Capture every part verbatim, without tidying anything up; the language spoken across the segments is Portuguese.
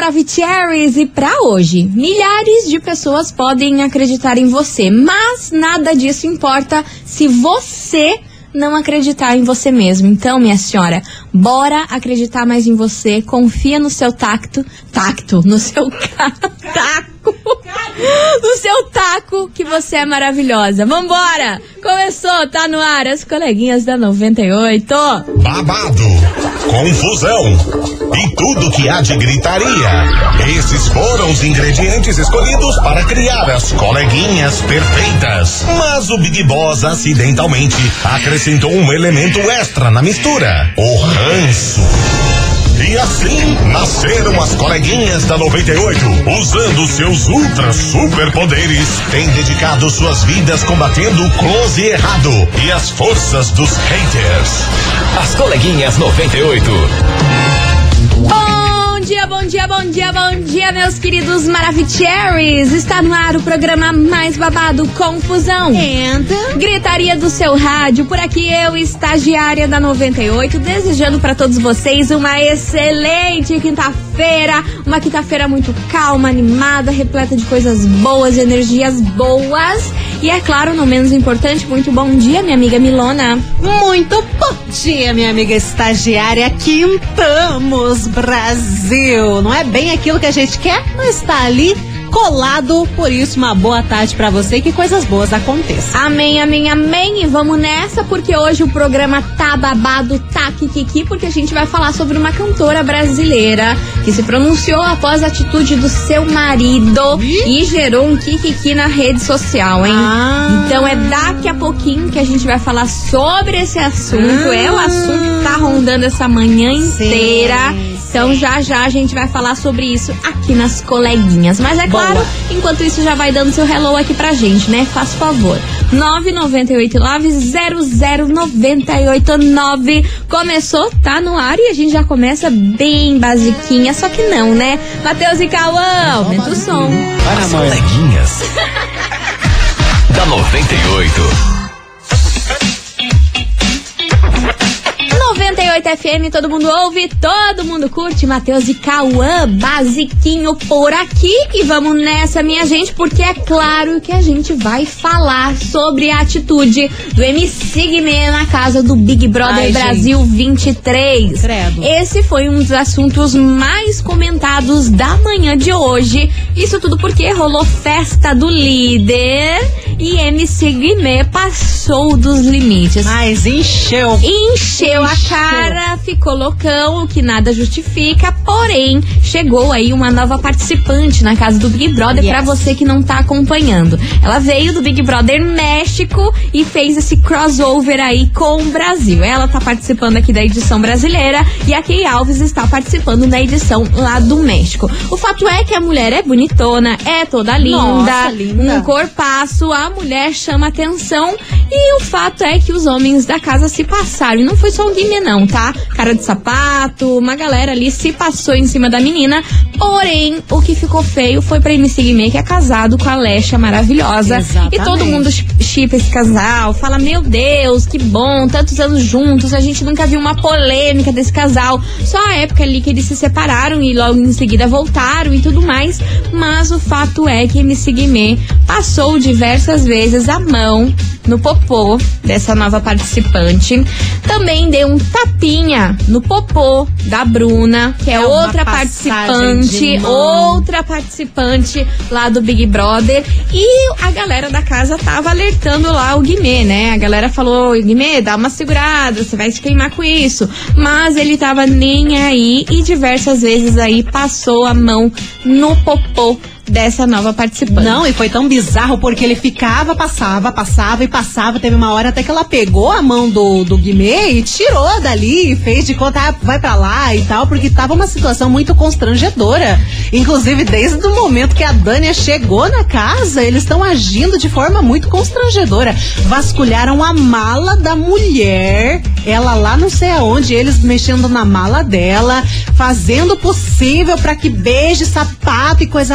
Maravicheries, e pra hoje, milhares de pessoas podem acreditar em você, mas nada disso importa se você não acreditar em você mesmo. Então, minha senhora, bora acreditar mais em você, confia no seu tacto, tacto, no seu taco, no seu taco, que você é maravilhosa. Vambora! Começou, tá no ar, as coleguinhas da noventa e oito. Babado, confusão e tudo que há de gritaria. Esses foram os ingredientes escolhidos para criar as coleguinhas perfeitas. Mas o Big Boss acidentalmente acrescentou um elemento extra na mistura: o ranço. E assim nasceram as coleguinhas da noventa e oito, usando seus ultra superpoderes, têm dedicado suas vidas combatendo o close e errado e as forças dos haters. As coleguinhas noventa e oito. Bom dia, bom dia, bom dia, bom dia, meus queridos Maravicheries. Está no ar o programa mais babado, Confusão. Entra. Gritaria do seu rádio. Por aqui eu, estagiária da noventa e oito, desejando para todos vocês uma excelente quinta-feira. Uma quinta-feira muito calma, animada, repleta de coisas boas, de energias boas. E é claro, não menos importante, muito bom dia, minha amiga Milona. Muito bom dia, minha amiga estagiária. Quintamos, Brasil. Não é bem aquilo que a gente quer, mas tá ali colado. Por isso, uma boa tarde pra você e que coisas boas aconteçam. Amém, amém, amém. E vamos nessa, porque hoje o programa tá babado, tá kikiki, porque a gente vai falar sobre uma cantora brasileira que se pronunciou após a atitude do seu marido e gerou um kikiki na rede social, hein? Ah. Então é daqui a pouquinho que a gente vai falar sobre esse assunto. Ah. É o assunto que tá rondando essa manhã inteira. Sim. Então já já a gente vai falar sobre isso aqui nas coleguinhas. Mas é claro, boa. Enquanto isso já vai dando seu hello aqui pra gente, né? Faz favor. nove nove oito nove zero zero nove oito nove. Começou, tá no ar e a gente já começa bem basiquinha, só que não, né? Matheus e Cauã, aumenta o som. As coleguinhas da noventa e oito. noventa e oito F M, todo mundo ouve, todo mundo curte. Matheus e Cauã, basiquinho por aqui. E vamos nessa, minha gente, porque é claro que a gente vai falar sobre a atitude do M C Guimê na casa do Big Brother Ai, Brasil gente. vinte e três. Credo. Esse foi um dos assuntos mais comentados da manhã de hoje. Isso tudo porque rolou festa do líder e M C Guimê passou dos limites. Mas encheu. Encheu a cara, ficou loucão, o que nada justifica, porém, chegou aí uma nova participante na casa do Big Brother, yes. Pra você que não tá acompanhando. Ela veio do Big Brother México e fez esse crossover aí com o Brasil. Ela tá participando aqui da edição brasileira e a Kay Alves está participando da edição lá do México. O fato é que a mulher é bonitona, é toda linda, Nossa, linda. Um corpaço, a mulher chama atenção e o fato é que os homens da casa se passaram. E não foi só o Guimê não, tá? Cara de sapato, uma galera ali se passou em cima da menina. Porém, o que ficou feio foi pra M C Guimê, que é casado com a Lecha maravilhosa. Exatamente. E todo mundo shippa esse casal, fala, meu Deus, que bom, tantos anos juntos, a gente nunca viu uma polêmica desse casal. Só a época ali que eles se separaram e logo em seguida voltaram e tudo mais. Mas o fato é que M C Guimê passou diversas vezes a mão no popô dessa nova participante. Também deu um tapinha no popô da Bruna, que é, é outra participante, outra participante lá do Big Brother. E a galera da casa tava alertando lá o Guimê, né? A galera falou, Guimê, dá uma segurada, você vai se queimar com isso. Mas ele tava nem aí e diversas vezes aí passou a mão no popô dessa nova participante. Não, e foi tão bizarro porque ele ficava, passava, passava e passava. Teve uma hora até que ela pegou a mão do, do Guimê e tirou dali e fez de conta, ah, vai pra lá e tal, porque tava uma situação muito constrangedora. Inclusive, desde o momento que a Dânia chegou na casa, eles estão agindo de forma muito constrangedora. Vasculharam a mala da mulher, ela lá não sei aonde, eles mexendo na mala dela, fazendo o possível pra que beije, sapato e coisa arada pra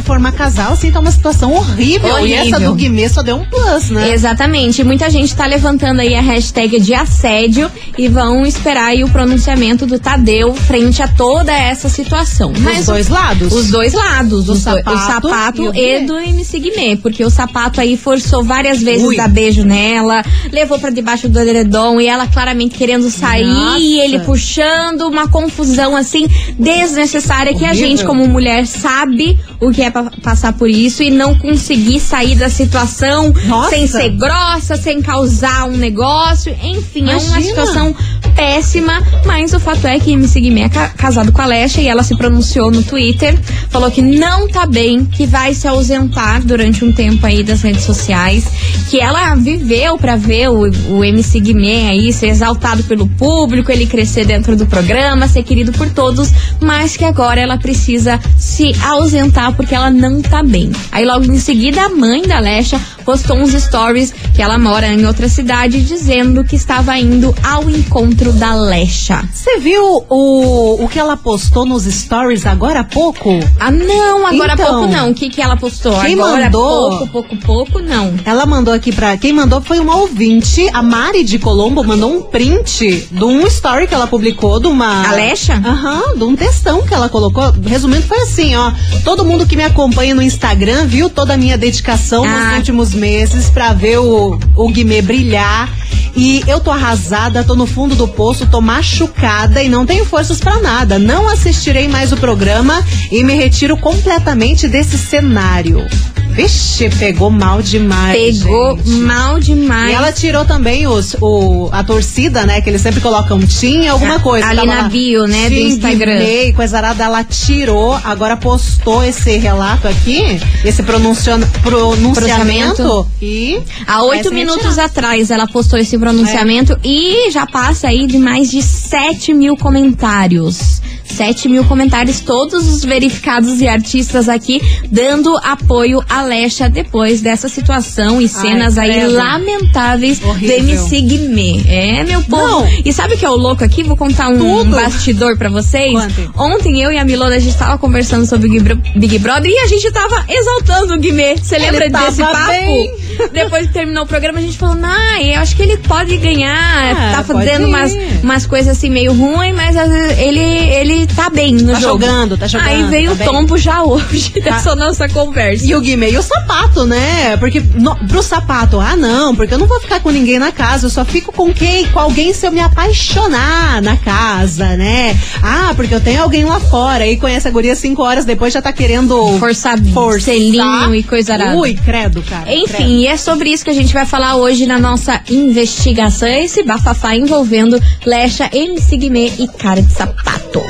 pra formar casal, assim, tá uma situação horrível. Horrível. E essa do Guimê só deu um plus, né? Exatamente. Muita gente tá levantando aí a hashtag de assédio e vão esperar aí o pronunciamento do Tadeu frente a toda essa situação. Os dois o, lados? Os dois lados. Do os sapato, do, o sapato e, e do M C Guimê. Porque o sapato aí forçou várias vezes Ui. dar beijo nela, levou pra debaixo do edredom e ela claramente querendo sair Nossa. e ele puxando, uma confusão assim desnecessária que a Horrível. gente como mulher sabe o que é pra passar por isso e não conseguir sair da situação Nossa. sem ser grossa, sem causar um negócio, enfim, é uma Imagina. situação péssima, mas o fato é que M C Guimê é ca- casado com a Alexa e ela se pronunciou no Twitter, falou que não tá bem, que vai se ausentar durante um tempo aí das redes sociais, que ela viveu pra ver o, o M C Guimê aí ser exaltado pelo público, ele crescer dentro do programa, ser querido por todos, mas que agora ela precisa se ausentar porque ela não tá bem. Aí logo em seguida a mãe da Alexa postou uns stories que ela mora em outra cidade dizendo que estava indo ao encontro da Alexa. Você viu o, o que ela postou nos stories agora há pouco? Ah, não, agora há Então, pouco não. O que que ela postou? quem Agora mandou- pouco, pouco, pouco, não. Ela mandou aqui pra. Quem mandou foi uma ouvinte, a Mari de Colombo, mandou um print de um story que ela publicou de uma. Alexa? Aham, de um textão que ela colocou. Resumindo, foi assim, ó. Todo mundo que me acompanha no Instagram viu toda a minha dedicação Ah. nos últimos meses pra ver o, o Guimê brilhar. E eu tô arrasada, tô no fundo do poço, tô machucada e não tenho forças pra nada. Não assistirei mais o programa e me retiro completamente desse cenário. Vixe, pegou mal demais. Pegou gente. mal demais. E ela tirou também os, o, a torcida, né? Que eles sempre colocam tinha alguma Ah, coisa. ali Tava na lá, bio, né, do Tim Instagram. Guimê, coisa arada, ela tirou, agora postou esse relato aqui, esse pronuncion, pronunciamento. Pronunciamento. E. Há oito vai ser minutos retirado. atrás ela postou esse pronunciamento e já passa aí de mais de sete mil comentários. sete mil comentários, todos os verificados e artistas aqui dando apoio à Alexa depois dessa situação e cenas aí credo. lamentáveis Horrível. do M C Guimê. É, meu povo. Não. E sabe o que é o louco aqui? Vou contar um, Tudo. bastidor pra vocês. Conte. Ontem eu e a Milona, a gente tava conversando sobre o Big Bro- Big Brother e a gente tava exaltando o Guimê. Você lembra Ele desse tava papo? bem. Depois que terminou o programa, a gente falou, nah, eu acho que ele pode ganhar. Ah, tá pode fazendo ir. umas, umas coisas assim meio ruins, mas às vezes ele, ele tá bem no Tá jogo. jogando, tá jogando, Aí veio tá o bem. tombo já hoje dessa nossa conversa. E o Guimê e o sapato, né? Porque no, pro sapato, ah não, porque eu não vou ficar com ninguém na casa, eu só fico com quem? Com alguém se eu me apaixonar na casa, né? Ah, porque eu tenho alguém lá fora e conhece a guria cinco horas depois já tá querendo Forçar forçar. selinho e coisa arada. Ui, credo, cara. Enfim, credo. e é sobre isso que a gente vai falar hoje na nossa investigação, esse bafafá envolvendo Alexa, M C Guimê e cara de sapato.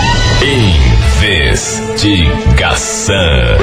Investigação.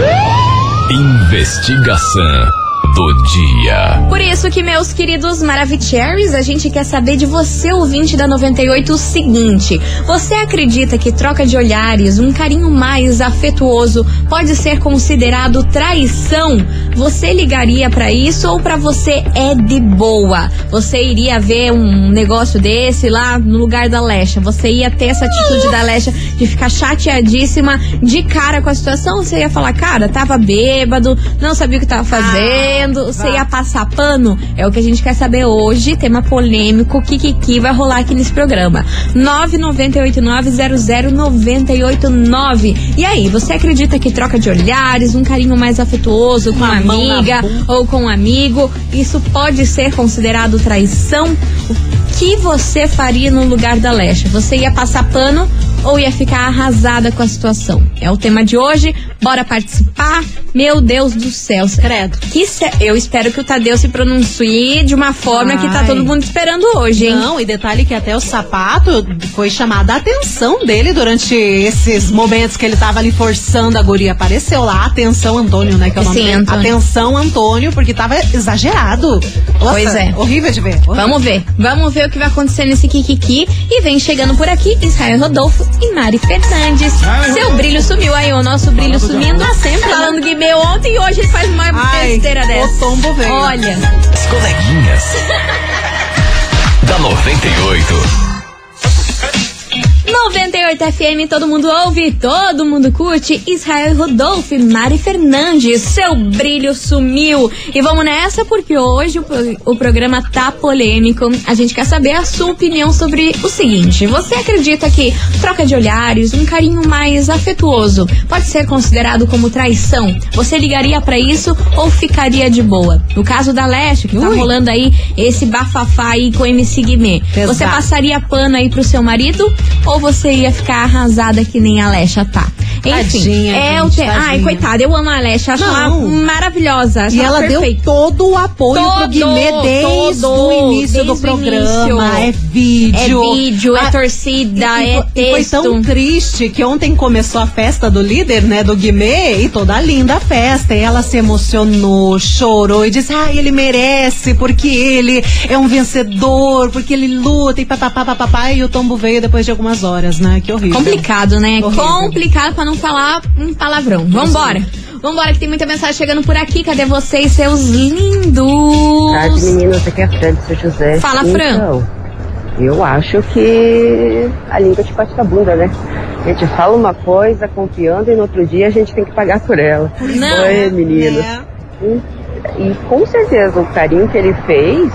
Investigação do dia. Por isso que, meus queridos Maravicheries, a gente quer saber de você, ouvinte da noventa e oito, o seguinte: você acredita que troca de olhares, um carinho mais afetuoso pode ser considerado traição? Você ligaria pra isso ou pra você é de boa? Você iria ver um negócio desse lá no lugar da Alexa? Você ia ter essa atitude da Alexa de ficar chateadíssima de cara com a situação? Você ia falar, cara, tava bêbado, não sabia o que tava fazendo. Você vai. ia passar pano? É o que a gente quer saber hoje. Tema polêmico, Kikiki vai rolar aqui nesse programa. nove nove oito nove zero zero nove oito nove. E aí, você acredita que troca de olhares, um carinho mais afetuoso com Uma uma mão na amiga bunda. ou com um amigo, isso pode ser considerado traição? O que você faria no lugar da Alexa? Você ia passar pano ou ia ficar arrasada com a situação? É o tema de hoje. Bora participar? Meu Deus do céu. Credo. Que se... Eu espero que o Tadeu se pronuncie de uma forma que tá Ai. todo mundo esperando hoje, hein? Não, e detalhe que até o sapato foi chamada a atenção dele durante esses momentos que ele tava ali forçando a guria. Apareceu lá, atenção Antônio, né? Que é o nome Sim, dele. Antônio. Atenção Antônio, porque tava exagerado. Nossa, Pois é. horrível de ver. Vamos ver. Vamos ver o que vai acontecer nesse Kikiki. E vem chegando por aqui Israel Rodolfo e Mari Fernandes. Seu brilho sumiu aí, o nosso brilho sumindo. Sempre falando Guimê ontem e hoje ele faz uma Ai, besteira dessa. o tombo veio. Olha. As coleguinhas. Da noventa e oito. noventa e oito F M, todo mundo ouve, todo mundo curte. Israel Rodolfo, Mari Fernandes, seu brilho sumiu. E vamos nessa porque hoje o, o programa tá polêmico. A gente quer saber a sua opinião sobre o seguinte: você acredita que troca de olhares, um carinho mais afetuoso, pode ser considerado como traição? Você ligaria pra isso ou ficaria de boa? No caso da Leste, que tá Ui. rolando aí esse bafafá aí com o M C Guimê, Exato. você passaria pano aí pro seu marido ou você ia ficar arrasada que nem a Alexa tá? Enfim, tadinha, é gente, o te... Ai, coitada, eu amo a Alexa, acho ela maravilhosa. Acho e ela, ela deu todo o apoio todo, pro Guimê desde todo, o início desde do programa. É vídeo. É vídeo, é a... torcida, e, é e, texto. E foi tão triste que ontem começou a festa do líder, né, do Guimê, e toda linda a festa. E ela se emocionou, chorou e disse, ah, ele merece, porque ele é um vencedor, porque ele luta e papapá, papapá. E o tombo veio depois de algumas horas, né? Que horrível. Complicado, né? Horrível. Complicado pra não falar um palavrão. Vambora. Vambora, que tem muita mensagem chegando por aqui. Cadê vocês, seus lindos? Tarde, meninas. Aqui é a Fran de São José. Fala, Fran. Então, eu acho que a língua te bate na bunda, né? A gente fala uma coisa confiando e no outro dia a gente tem que pagar por ela. Não. Oi, meninas. É. E, e com certeza o carinho que ele fez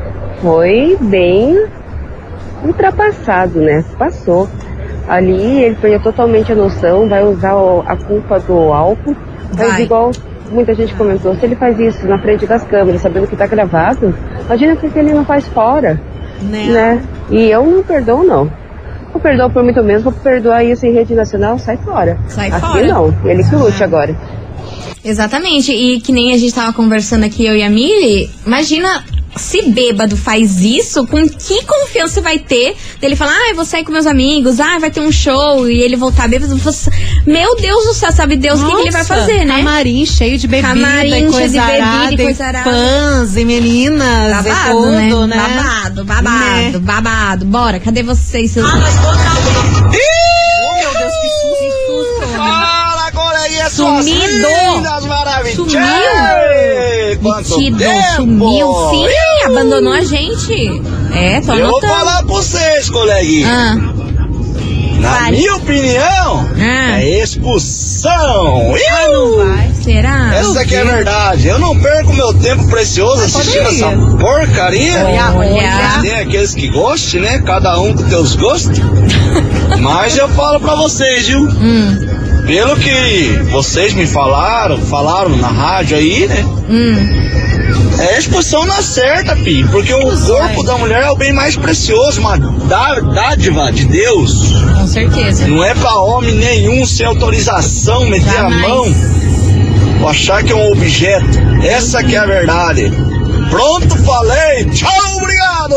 foi bem ultrapassado, né? Passou. Ali ele perdeu totalmente a noção, vai usar o, a culpa do álcool, vai. Mas igual muita gente comentou, se ele faz isso na frente das câmeras, sabendo que tá gravado, imagina porque ele não faz fora, né? né? E eu não perdoo, não. Eu perdoo por muito mesmo, vou perdoar isso em rede nacional, sai fora. Sai aqui fora. não, ele que lute ah. agora. Exatamente, e que nem a gente tava conversando aqui, eu e a Mili, imagina... Se bêbado faz isso, com que confiança você vai ter dele falar, ah, eu vou sair com meus amigos, ah, vai ter um show, e ele voltar bêbado? Você... Meu Deus do céu, sabe Deus o que, que ele vai fazer, né? Camarim cheio de bebida, Camarim e coisa cheio de bebida arada, e coisa arada. Fãs e meninas, babado, e tudo, né? né? Babado, babado, né? babado. Bora, cadê vocês, seus... Ah, mas oh, meu Deus, que susto, que susto. Fala, coleguinha, sumido. Sumiu. Metido, sumiu, sim, abandonou a gente. É, tô anotando. Eu vou falar pra vocês, coleguinha. Ah. Na vai. minha opinião, ah. é expulsão. Ah, não vai. Será? Essa aqui é a verdade. Eu não perco meu tempo precioso assistindo essa porcaria. Olha, olha. Tem aqueles que gostem, né? Cada um com teus gostos. Mas eu falo pra vocês, viu? Hum. Pelo que vocês me falaram, falaram na rádio aí, né? Hum. É exposição na certa, Pi. Porque o corpo da mulher é o bem mais precioso, uma dá, dádiva de Deus. Com certeza. Não é pra homem nenhum sem autorização meter Jamais. a mão ou achar que é um objeto. Essa que é a verdade. Pronto, falei. Tchau, obrigado.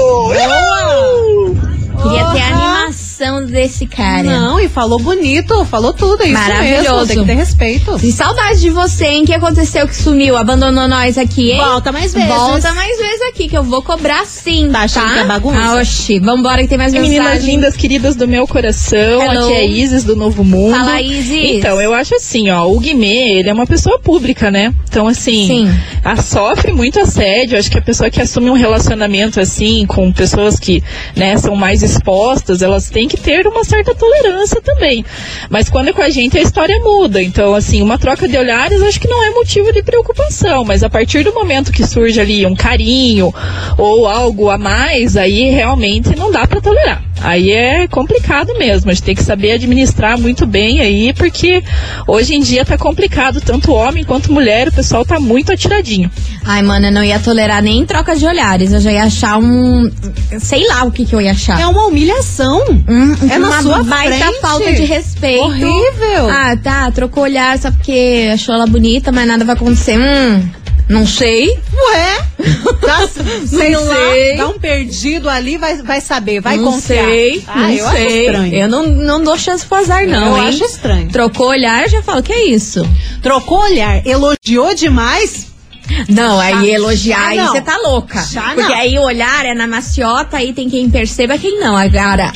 Boa. Queria ter a animação desse cara. Não, e falou bonito, falou tudo, é isso Maravilhoso. mesmo, tem que ter respeito. E saudade de você, hein? O que aconteceu que sumiu? Abandonou nós aqui, hein? Volta mais vezes. Volta mais vezes aqui, que eu vou cobrar sim, tá? Achando tá? que é bagunça? Ah, oxi, vambora que tem mais mensagem. Meninas lindas, queridas do meu coração, Hello. Aqui é a Isis do Novo Mundo. Fala, Isis. Então, eu acho assim, ó, o Guimê, ele é uma pessoa pública, né? Então, assim, sim. A, sofre muito assédio. Acho que a pessoa que assume um relacionamento assim, com pessoas que, né, são mais expostas, elas têm que ter uma certa tolerância também. Mas quando é com a gente, a história muda. Então, assim, uma troca de olhares acho que não é motivo de preocupação, mas a partir do momento que surge ali um carinho ou algo a mais, aí realmente não dá pra tolerar. Aí é complicado mesmo, a gente tem que saber administrar muito bem aí, porque hoje em dia tá complicado, tanto homem quanto mulher, o pessoal tá muito atiradinho. Ai, mano, eu não ia tolerar nem troca de olhares, eu já ia achar um... sei lá o que que eu ia achar. É uma humilhação. Hum, é na uma sua baita frente. falta de respeito. Horrível. Ah, tá, trocou olhar só porque achou ela bonita, mas nada vai acontecer. Hum... Não sei. Ué? Dá, sei não lá, sei. dá um perdido ali, vai, vai saber, vai não confiar. Sei, ah, não eu sei. acho estranho. Eu não, não dou chance pro azar, não, eu hein? Eu acho estranho. Trocou olhar, eu já falo, que é isso? Trocou olhar, elogiou demais... Não, aí já, elogiar, já aí não. você tá louca. Já Porque não. aí olhar é na maciota, aí tem quem perceba, quem não. Agora...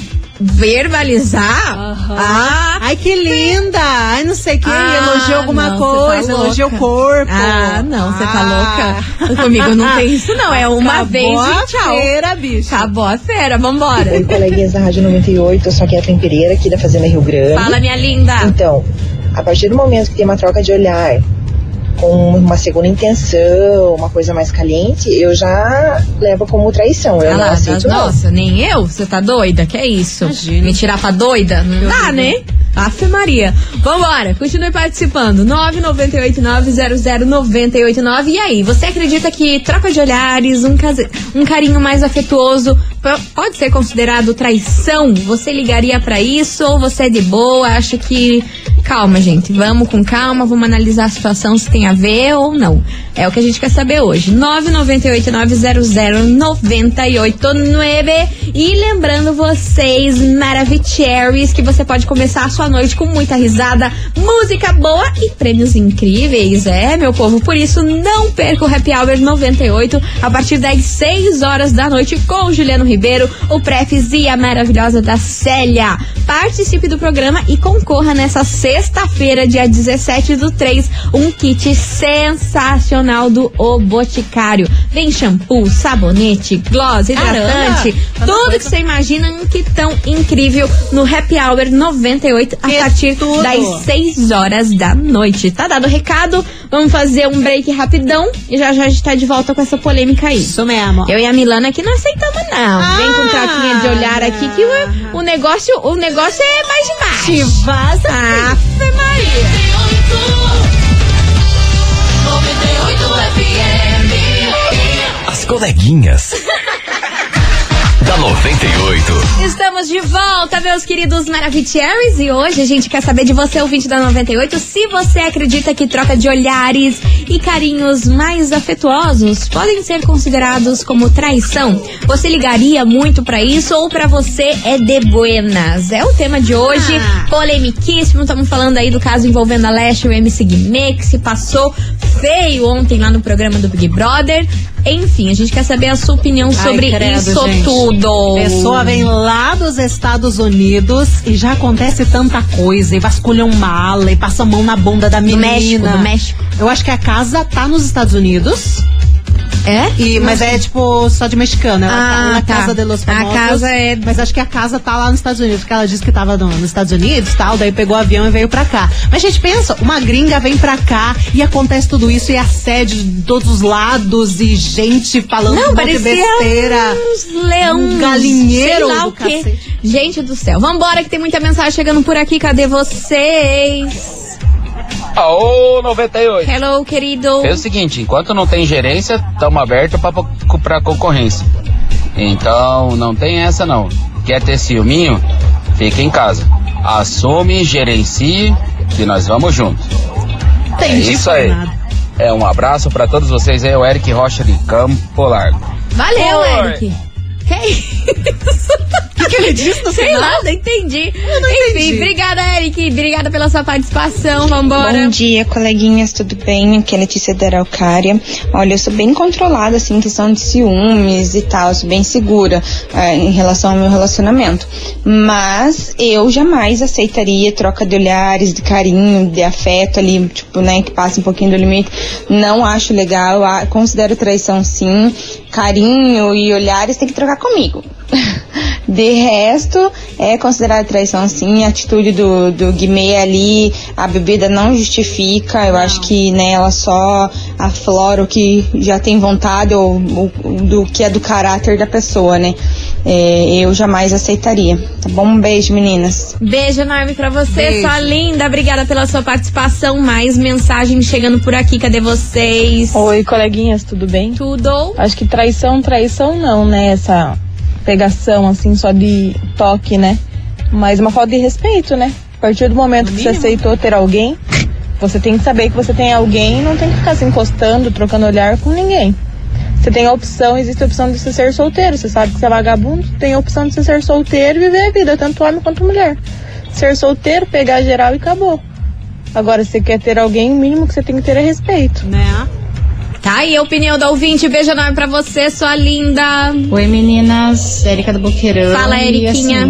verbalizar? Uhum. Ah, ai, que linda! Ai, não sei o que, ah, elogiou alguma não, coisa, tá elogiou o corpo. Ah, não, você ah. tá louca? Comigo não tem isso, não. É uma Acabou vez a e tchau. feira, bicho. Acabou a feira, vambora. Oi, coleguinhas da Rádio noventa e oito, eu sou a Kathleen Pereira, aqui da Fazenda Rio Grande. Fala, minha linda. Então, a partir do momento que tem uma troca de olhar, com uma segunda intenção, uma coisa mais caliente, eu já levo como traição. Eu Ah não lá, aceito, não. nossa, nem eu? Você tá doida? Que é isso? Imagina. Me tirar pra doida? Não dá, né? Afe Maria. Vambora, continue participando. nove nove oito nove zero zero nove oito nove. E aí, você acredita que troca de olhares, um, case... um carinho mais afetuoso p- pode ser considerado traição? Você ligaria pra isso ou você é de boa? Acha que... Calma, gente, vamos com calma, vamos analisar a situação se tem a ver ou não. É o que a gente quer saber hoje. nove nove oito nove zero zero nove oito nove. E lembrando vocês, Maravicheries, que você pode começar a sua noite com muita risada, música boa e prêmios incríveis. É, meu povo, por isso não perca o Happy Hour noventa e oito a partir das seis horas da noite com o Juliano Ribeiro, o Prefis e a maravilhosa da Célia. Participe do programa e concorra nessa sexta-feira, dia dezessete do três, um kit sensacional do O Boticário. Vem shampoo, sabonete, gloss, hidratante, Caramba, tudo que você imagina, um kitão incrível no Happy Hour noventa e oito a Que partir tudo. das seis horas da noite. Tá dado o recado? Vamos fazer um break rapidão e já já a gente tá de volta com essa polêmica aí. Isso mesmo. Eu e a Milana aqui não aceitamos, não. Ah, Vem com troquinha de olhar aqui que o, o negócio, o negócio é mais demais. Te vaza. Ave Maria. As coleguinhas. Da noventa e oito. Estamos de volta, meus queridos Maravicheries, e hoje a gente quer saber de você, ouvinte da noventa e oito, se você acredita que troca de olhares e carinhos mais afetuosos podem ser considerados como traição. Você ligaria muito pra isso ou pra você é de buenas? É o tema de hoje, Ah. polemiquíssimo. Estamos falando aí do caso envolvendo a Leste e o M C Guimê, que se passou feio ontem lá no programa do Big Brother. Enfim, a gente quer saber a sua opinião Ai, sobre credo, isso gente. tudo. Pessoa vem lá dos Estados Unidos e já acontece tanta coisa, e vasculham mala, e passam a mão na bunda da Do menina. México, do México. Eu acho que a casa tá nos Estados Unidos. É? E, mas é tipo só de mexicana. Ela Ah, tá na tá. casa de Los A Famosos. casa é- Mas acho que a casa tá lá nos Estados Unidos, porque ela disse que tava no- nos Estados Unidos e tal, daí pegou o avião e veio pra cá. Mas, gente, pensa, uma gringa vem pra cá e acontece tudo isso, e assédio de todos os lados, e gente falando Não, um monte de parecia besteira. uns leão, Um galinheiro sei lá do o quê. cacete. Gente do céu, vambora que tem muita mensagem chegando por aqui, cadê vocês? Aô, noventa e oito. Hello, querido. É o seguinte, enquanto não tem gerência, estamos abertos para concorrência. Então, não tem essa não. Quer ter ciúminho? Fica em casa. Assume, gerencie, que nós vamos juntos. É isso aí. É um abraço para todos vocês aí, o Eric Rocha de Campo Largo. Valeu, Oi. Eric. Que isso? O que ele disse no Sei final? lá, não entendi. Eu não Enfim, entendi. obrigada, Eric. Obrigada pela sua participação. Vambora. Bom dia, coleguinhas, tudo bem? Aqui é a Letícia da Araucária. Olha, eu sou bem controlada, assim, em questão de ciúmes e tal, eu sou bem segura é, em relação ao meu relacionamento. Mas eu jamais aceitaria troca de olhares, de carinho, de afeto ali, tipo, né, que passa um pouquinho do limite. Não acho legal, eu a- considero traição sim. Carinho e olhares tem que trocar comigo. De resto, é considerada traição sim. A atitude do, do Guimê ali, a bebida não justifica. Eu acho que, né, ela só aflora o que já tem vontade ou, ou do que é do caráter da pessoa, né? É, eu jamais aceitaria. Tá bom? Um beijo, meninas. Beijo enorme pra você, Beijo. sua linda. Obrigada pela sua participação. Mais mensagens chegando por aqui. Cadê vocês? Oi, coleguinhas, tudo bem? Tudo? Acho que traição, traição não, né? Essa pegação, assim, só de toque, né? Mas uma falta de respeito, né? A partir do momento que você aceitou ter alguém, você tem que saber que você tem alguém e não tem que ficar se encostando, trocando olhar com ninguém. Você tem a opção, existe a opção de você ser solteiro. Você sabe que você é vagabundo, tem a opção de você ser solteiro e viver a vida, tanto homem quanto mulher. Ser solteiro, pegar geral e acabou. Agora, se você quer ter alguém, o mínimo que você tem que ter é respeito. Né? Tá aí a opinião da ouvinte. Beijo enorme pra você, sua linda. Oi, meninas. Érica do Boqueirão. Fala, E, Eriquinha. assim,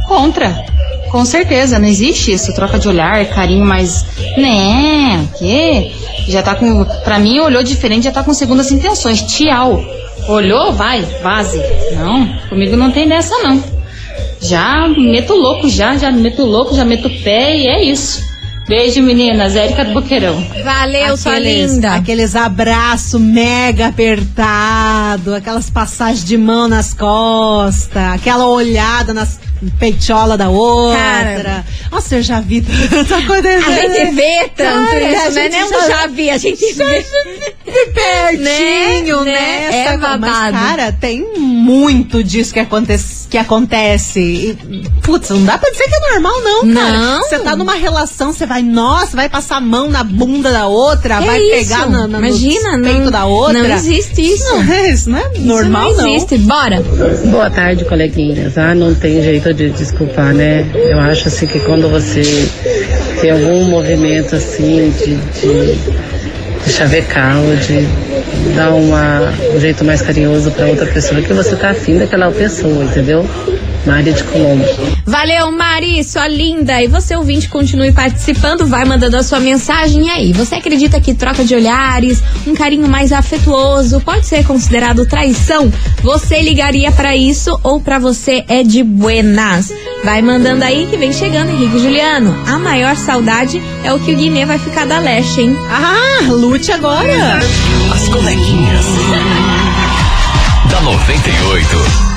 contra. Com certeza, não existe isso, troca de olhar, carinho, mas, né, que já tá com, pra mim olhou diferente, já tá com segundas intenções, tchau, olhou, vai, vaze. Não, comigo não tem dessa não, já meto louco, já, já meto louco, já meto pé e é isso. Beijo, meninas. Érica do Boqueirão. Valeu, sua linda. Aqueles abraços mega apertado, aquelas passagens de mão nas costas, aquela olhada nas peitiola da outra. Cara, nossa, eu já vi tanta coisa. A gente vê tanto Cara, isso, a né? gente Não já, já vi, a gente vê pertinho, né? né? É babado. Mas, cara, tem muito disso que acontece. Que acontece. E, putz, não dá pra dizer que é normal, não, cara. Não. Você tá numa relação, você vai, nossa, vai passar a mão na bunda da outra, que vai isso? pegar na, na, Imagina, no peito não, da outra. Não existe isso. Não é, isso não é normal, isso não. existe. não. Bora. Boa tarde, coleguinhas. Ah, não tem jeito de desculpar, né? Eu acho assim que quando você tem algum movimento assim de, de, de chavecar ou de dar uma, um jeito mais carinhoso pra outra pessoa, que você tá afim daquela pessoa, entendeu? Mária de Colombo. Valeu, Mari, sua linda. E você, ouvinte, continue participando, vai mandando a sua mensagem aí. Você acredita que troca de olhares, um carinho mais afetuoso pode ser considerado traição? Você ligaria pra isso ou pra você é de buenas? Vai mandando aí que vem chegando, Henrique e Juliano. A maior saudade é o que o Guimê vai ficar da Leste, hein? Ah, lute agora. As coleguinhas da noventa e oito.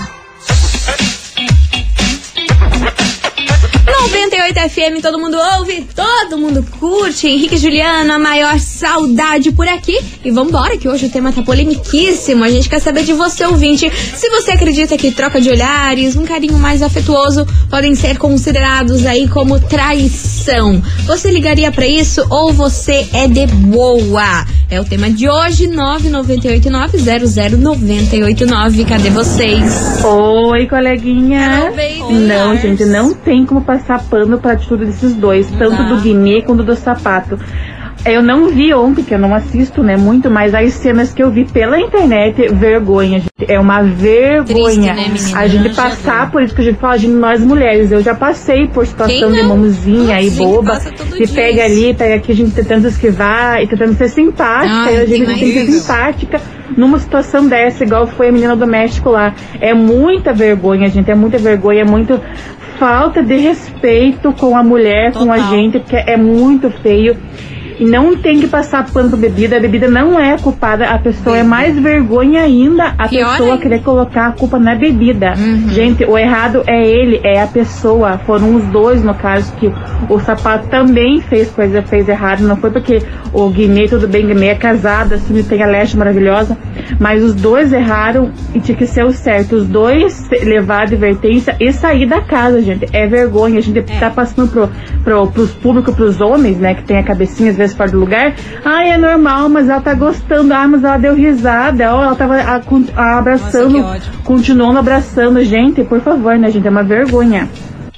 noventa e oito F M, todo mundo ouve, todo mundo curte. Henrique e Juliano, a maior saudade por aqui. E vambora, que hoje o tema tá polemiquíssimo. A gente quer saber de você, ouvinte, se você acredita que troca de olhares, um carinho mais afetuoso podem ser considerados aí como traição. Você ligaria pra isso ou você é de boa? É o tema de hoje, nove nove oito nove zero zero nove oito nove. Cadê vocês? Oi, coleguinha. Hello, não, gente, não tem como passar pano pra atitude desses dois, tanto Não. do Guimê quanto do Sapato. Eu não vi ontem, que eu não assisto, né, muito, mas as cenas que eu vi pela internet, vergonha, gente. É uma vergonha. Triste, né, a gente passar por isso que a gente fala de nós mulheres. Eu já passei por situação de mãozinha e boba, que pega ali, pega aqui, a gente tentando esquivar e tentando ser simpática. Ai, e a gente que tem que ser simpática numa situação dessa, igual foi a menina do México lá. É muita vergonha, gente, é muita vergonha, é muito falta de respeito com a mulher, Total. com a gente, porque é muito feio. E não tem que passar pano pra bebida. A bebida não é culpada. A pessoa é mais vergonha ainda. A Pior pessoa ainda. querer colocar a culpa na bebida. Uhum. Gente, o errado é ele, é a pessoa. Foram os dois, no caso, que o Sapato também fez coisa, fez errado. Não foi porque o Guimê, tudo bem, Guimê é casado, assim, tem a Leste maravilhosa. Mas os dois erraram e tinha que ser o certo. Os dois levar a advertência e sair da casa, gente. É vergonha. A gente é. tá passando pro, pro, pros públicos, pros homens, né, que tem a cabecinha, às vezes, fora do lugar. Ai, é normal, mas ela tá gostando. Ah, mas ela deu risada. Ó, ela tava a, a, abraçando, Nossa, continuando abraçando. Gente, por favor, né, gente? É uma vergonha.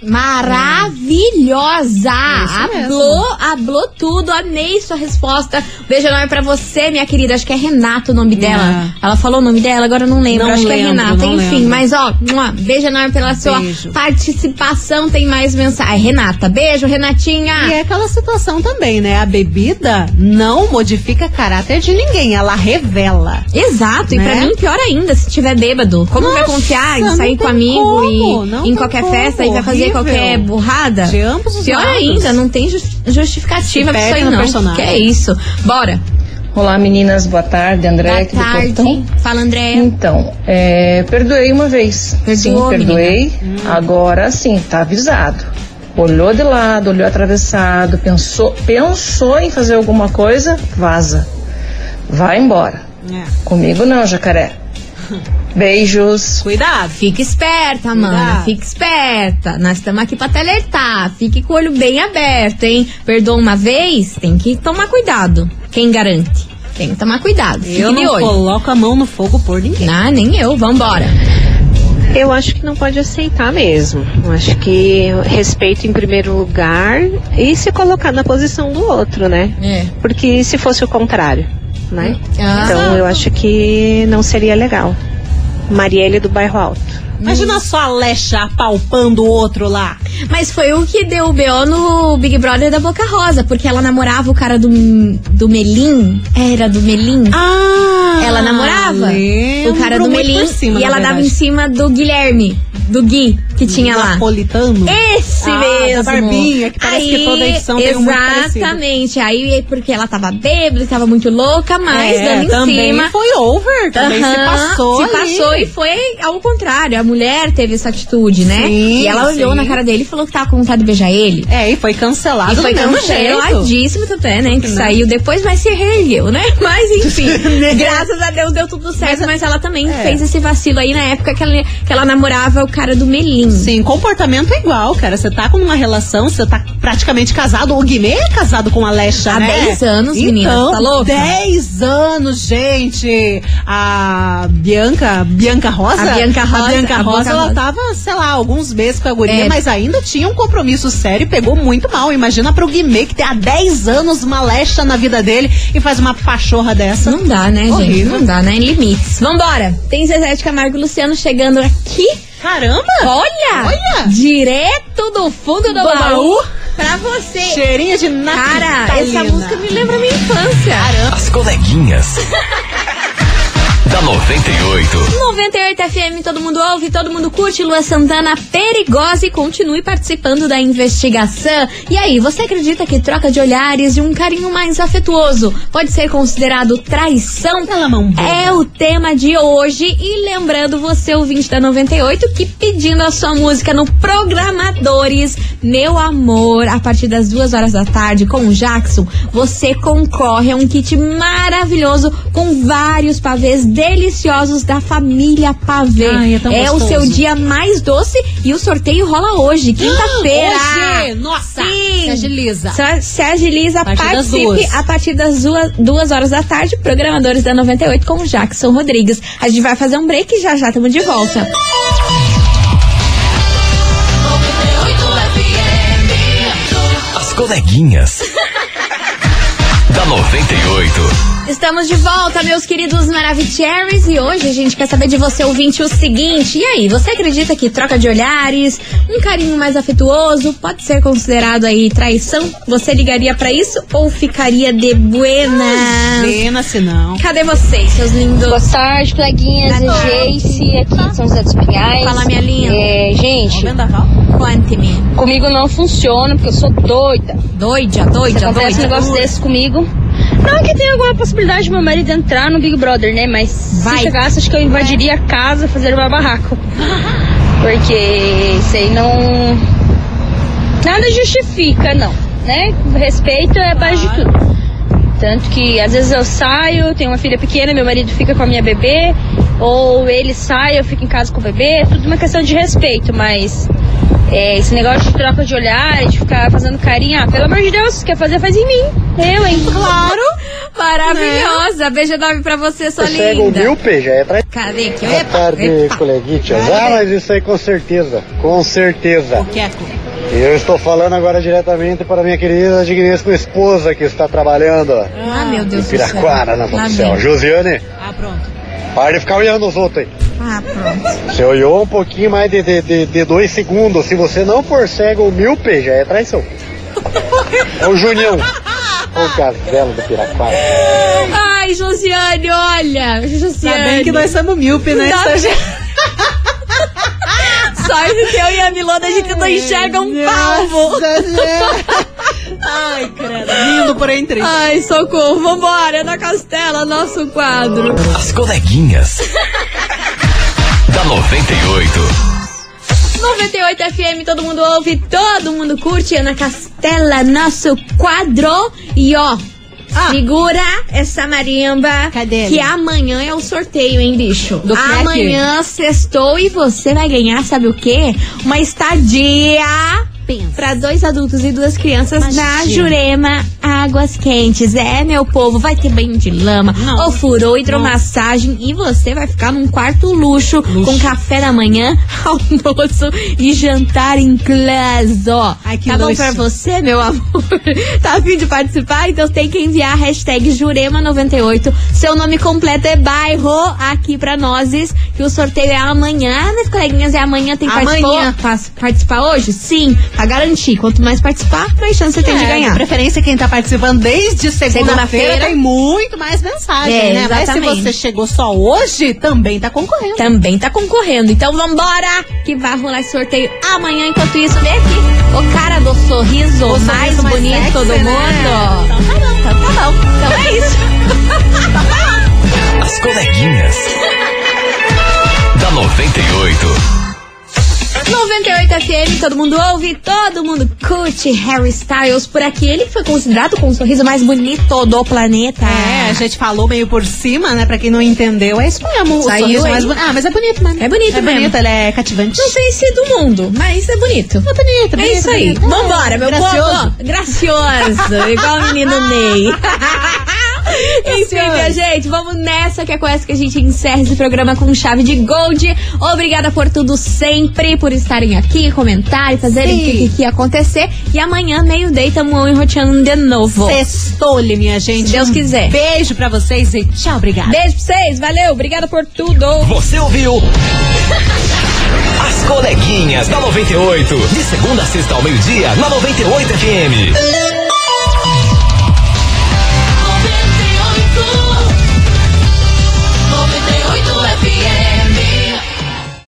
Maravilhosa! Hablou, hablou tudo, amei sua resposta. Beijo enorme pra você, minha querida. Acho que é Renata o nome dela. Ela falou o nome dela, agora eu não lembro. Não Acho lembro, que é Renata, não enfim. lembro. Mas ó, beijo enorme pela sua Beijo. participação. Tem mais mensagem. Renata, beijo, Renatinha. E é aquela situação também, né? A bebida não modifica caráter de ninguém, ela revela. Exato, né? E pra mim pior ainda, se tiver bêbado. Como Nossa, vai confiar em não sair tem com amigo como, e não em tem qualquer como, festa e vai fazer horrível. qualquer burrada? De ambos os Pior lados. ainda, não tem just- justificativa Se pra isso perde aí no não. personagem. Que é isso. Bora. Olá, meninas, boa tarde, André Boa aqui do tarde. Portão. Fala, Andréia. Então, é, perdoei uma vez. Perdoou, sim, perdoei. Hum. Agora sim, tá avisado. Olhou de lado, olhou atravessado, pensou, pensou em fazer alguma coisa, vaza. Vai embora. É. Comigo não, jacaré. Beijos. Cuidado. Fica esperta, mana. Cuidado. Fica esperta. Nós estamos aqui pra te alertar. Fique com o olho bem aberto, hein? Perdoa uma vez, tem que tomar cuidado. Quem garante? Tem que tomar cuidado. Fique Eu de não olho. coloco a mão no fogo por ninguém. Ah, nem eu. Vambora. Eu acho que não pode aceitar mesmo. Eu acho que respeito em primeiro lugar e se colocar na posição do outro, né? É. Porque se fosse o contrário, né? Ah. Então eu acho que não seria legal. Marielle do Bairro Alto. Imagina só a Lecha apalpando o outro lá. Mas foi o que deu o B O no Big Brother da Boca Rosa, porque ela namorava o cara do, do Melim. Era do Melim? Ah! Ela namorava o cara do Melim cima, e ela dava em cima do Guilherme, do Gui, que tinha lá. Napolitano? Esse ah, mesmo. Da barbinha, que parece aí, que toda edição tem um muito parecido. Exatamente. Aí, porque ela tava bêbada, tava muito louca, mas é, dando em também cima. foi over, também uhum, se passou Se ali. passou e foi ao contrário. A mulher teve essa atitude, né? Sim, e ela olhou sim. na cara dele e falou que tava com vontade de beijar ele. É, e foi cancelado E foi do mesmo jeito. canceladíssimo até, né? Que Não. saiu depois, mas se reergueu, né? Mas enfim, graças a Deus deu tudo certo, mas, mas ela também é. fez esse vacilo aí na época que ela, que ela namorava o cara do Melim. Sim, comportamento é igual, cara. Você tá com uma relação, você tá praticamente casado. O Guimê é casado com a Lecha, Há né? dez anos, então, menina, tá louca? dez anos, gente. A Bianca, Bianca Rosa? A Bianca Rosa. A Bianca a Rosa, ela Rosa. tava, sei lá, alguns meses com a guria, É. mas ainda tinha um compromisso sério e pegou muito mal. Imagina pro Guimê, que tem há dez anos uma Lecha na vida dele e faz uma pachorra dessa. Não dá, né, Horrível. gente? Não dá, né? Em limites. Vambora! Tem Zezé de Camargo e Luciano chegando aqui. Caramba! Olha! Olha! Direto do fundo do, Do baú, baú. pra você. Cheirinho de naftalina. Cara, essa música me lembra a minha infância. Caramba. As coleguinhas. Da noventa e oito. noventa e oito F M, todo mundo ouve, todo mundo curte. Lua Santana, perigosa, e continue participando da investigação. E aí, você acredita que troca de olhares e um carinho mais afetuoso pode ser considerado traição? Pela mão boa. É o tema de hoje. E lembrando você, ouvinte da noventa e oito, que pedindo a sua música no Programadores, meu amor, a partir das duas horas da tarde com o Jackson, você concorre a um kit maravilhoso com vários pavês deliciosos da família Pavê. Ai, é tão é o gostoso. seu dia mais doce e o sorteio rola hoje, quinta-feira. Hoje! Nossa! Sim. Se agiliza. Se, se agiliza, A partir das participe duas. a partir das duas, duas horas da tarde, Programadores da noventa e oito com o Jackson Rodrigues. A gente vai fazer um break e já já estamos de volta. As coleguinhas. Da noventa e oito. Estamos de volta, meus queridos Maravicheries, e hoje a gente quer saber de você, ouvinte, o seguinte: e aí, você acredita que troca de olhares, um carinho mais afetuoso pode ser considerado aí traição? Você ligaria pra isso ou ficaria de buenas? Pena se não. Cadê vocês, seus lindos? Boa tarde, coleguinhas. Boa É Geice, aqui de São José dos Pinhais. Fala, minha linda. É, gente, Conte-me. comigo não funciona porque eu sou doida. Doida, Se doida, acontece doida. um negócio desse comigo. Não que tenha alguma possibilidade de meu marido entrar no Big Brother, né? Mas Vai. se chegasse, acho que eu invadiria a casa, fazer uma barraco. Porque isso aí não. Nada justifica, não. Né? Respeito é a base de tudo. Tanto que às vezes eu saio, tenho uma filha pequena, meu marido fica com a minha bebê, ou ele sai, eu fico em casa com o bebê, tudo uma questão de respeito, mas é, esse negócio de troca de olhar, de ficar fazendo carinho, ah, pelo amor de Deus, se quer fazer, faz em mim. Eu, hein? Claro! Maravilhosa! Beijo enorme pra você, sua Cego linda. míope, já é tra... Cadê aqui? Boa Epa, tarde, epa. coleguinhas. Ah, mas isso aí com certeza, com certeza. Quieto. Eu estou falando agora diretamente para minha querida digníssima esposa que está trabalhando Ah, meu Deus em do céu. Piraquara, na Lá do céu. vem. Josiane, Ah, pronto. para de ficar olhando os outros aí. Ah, pronto. Você olhou um pouquinho mais de, de, de, de dois segundos. Se você não for cego ou míope, já é traição. É o Junião. O Gazelo do Piraquara. Ai, Josiane, olha. Josiane. Ainda bem que nós somos míope, né? Ainda Essa- Sorte que eu e a Milona, a gente não enxerga um palmo. Ai, credo. Lindo, porém triste. Ai, socorro. Vambora, na Castela, nosso quadro. As coleguinhas. Da noventa e oito. noventa e oito F M, todo mundo ouve, todo mundo curte. Ana Castela, nosso quadro. E ó, Ah. segura essa marimba. Cadê Que ele? amanhã é o sorteio, hein, bicho? Do que é amanhã sextou e você vai ganhar, sabe o quê? Uma estadia Pensa. para dois adultos e duas crianças Imagina. na Jurema águas quentes. É, meu povo, vai ter banho de lama, ofurô, hidromassagem e você vai ficar num quarto luxo, luxo. com café da manhã, almoço e jantar incluso. Ai, que tá luxo. Bom pra você, meu amor? Tá a fim de participar? Então tem que enviar a hashtag Jurema noventa e oito. Seu nome completo é bairro aqui pra nós, que o sorteio é amanhã. Ah, minhas coleguinhas, é amanhã. Tem que amanhã. Participar, participar hoje? Sim, pra garantir. Quanto mais participar, mais chance você é, tem de ganhar. De preferência, quem tá participando desde segunda-feira segunda tem muito mais mensagem, é, né? Exatamente. Mas se você chegou só hoje, também tá concorrendo. Também tá concorrendo. Então vambora, que vai rolar esse sorteio amanhã. Enquanto isso, vem aqui o cara do sorriso o mais sorriso bonito mais sexy, do mundo. Né? Então tá bom, então tá bom. Então é isso. As coleguinhas da noventa e oito. noventa e oito F M, todo mundo ouve, todo mundo curte. Harry Styles por aqui. Ele foi considerado com o sorriso mais bonito do planeta. É, a gente falou meio por cima, né? Pra quem não entendeu, é isso mesmo. O sorriso mais bonito. Ah, mas é bonito, mano. É bonito é mesmo. bonito, ele é cativante. Não sei se do mundo, mas é bonito. É bonito, é bonito. É isso aí. Bonito. Vambora, meu povo. Gracioso. Igual o menino Ney. Enfim, minha gente, vamos nessa, que é com essa que a gente encerra esse programa com chave de gold. Obrigada por tudo sempre, por estarem aqui, comentarem, fazerem o que, que ia acontecer. E amanhã, meio-dia, tamo enroteando de novo. Sextou-lhe, minha gente. Se Deus quiser. Beijo pra vocês e tchau, obrigada. Beijo pra vocês, valeu, obrigada por tudo. Você ouviu As Coleguinhas da noventa e oito, de segunda a sexta ao meio-dia, na noventa e oito F M.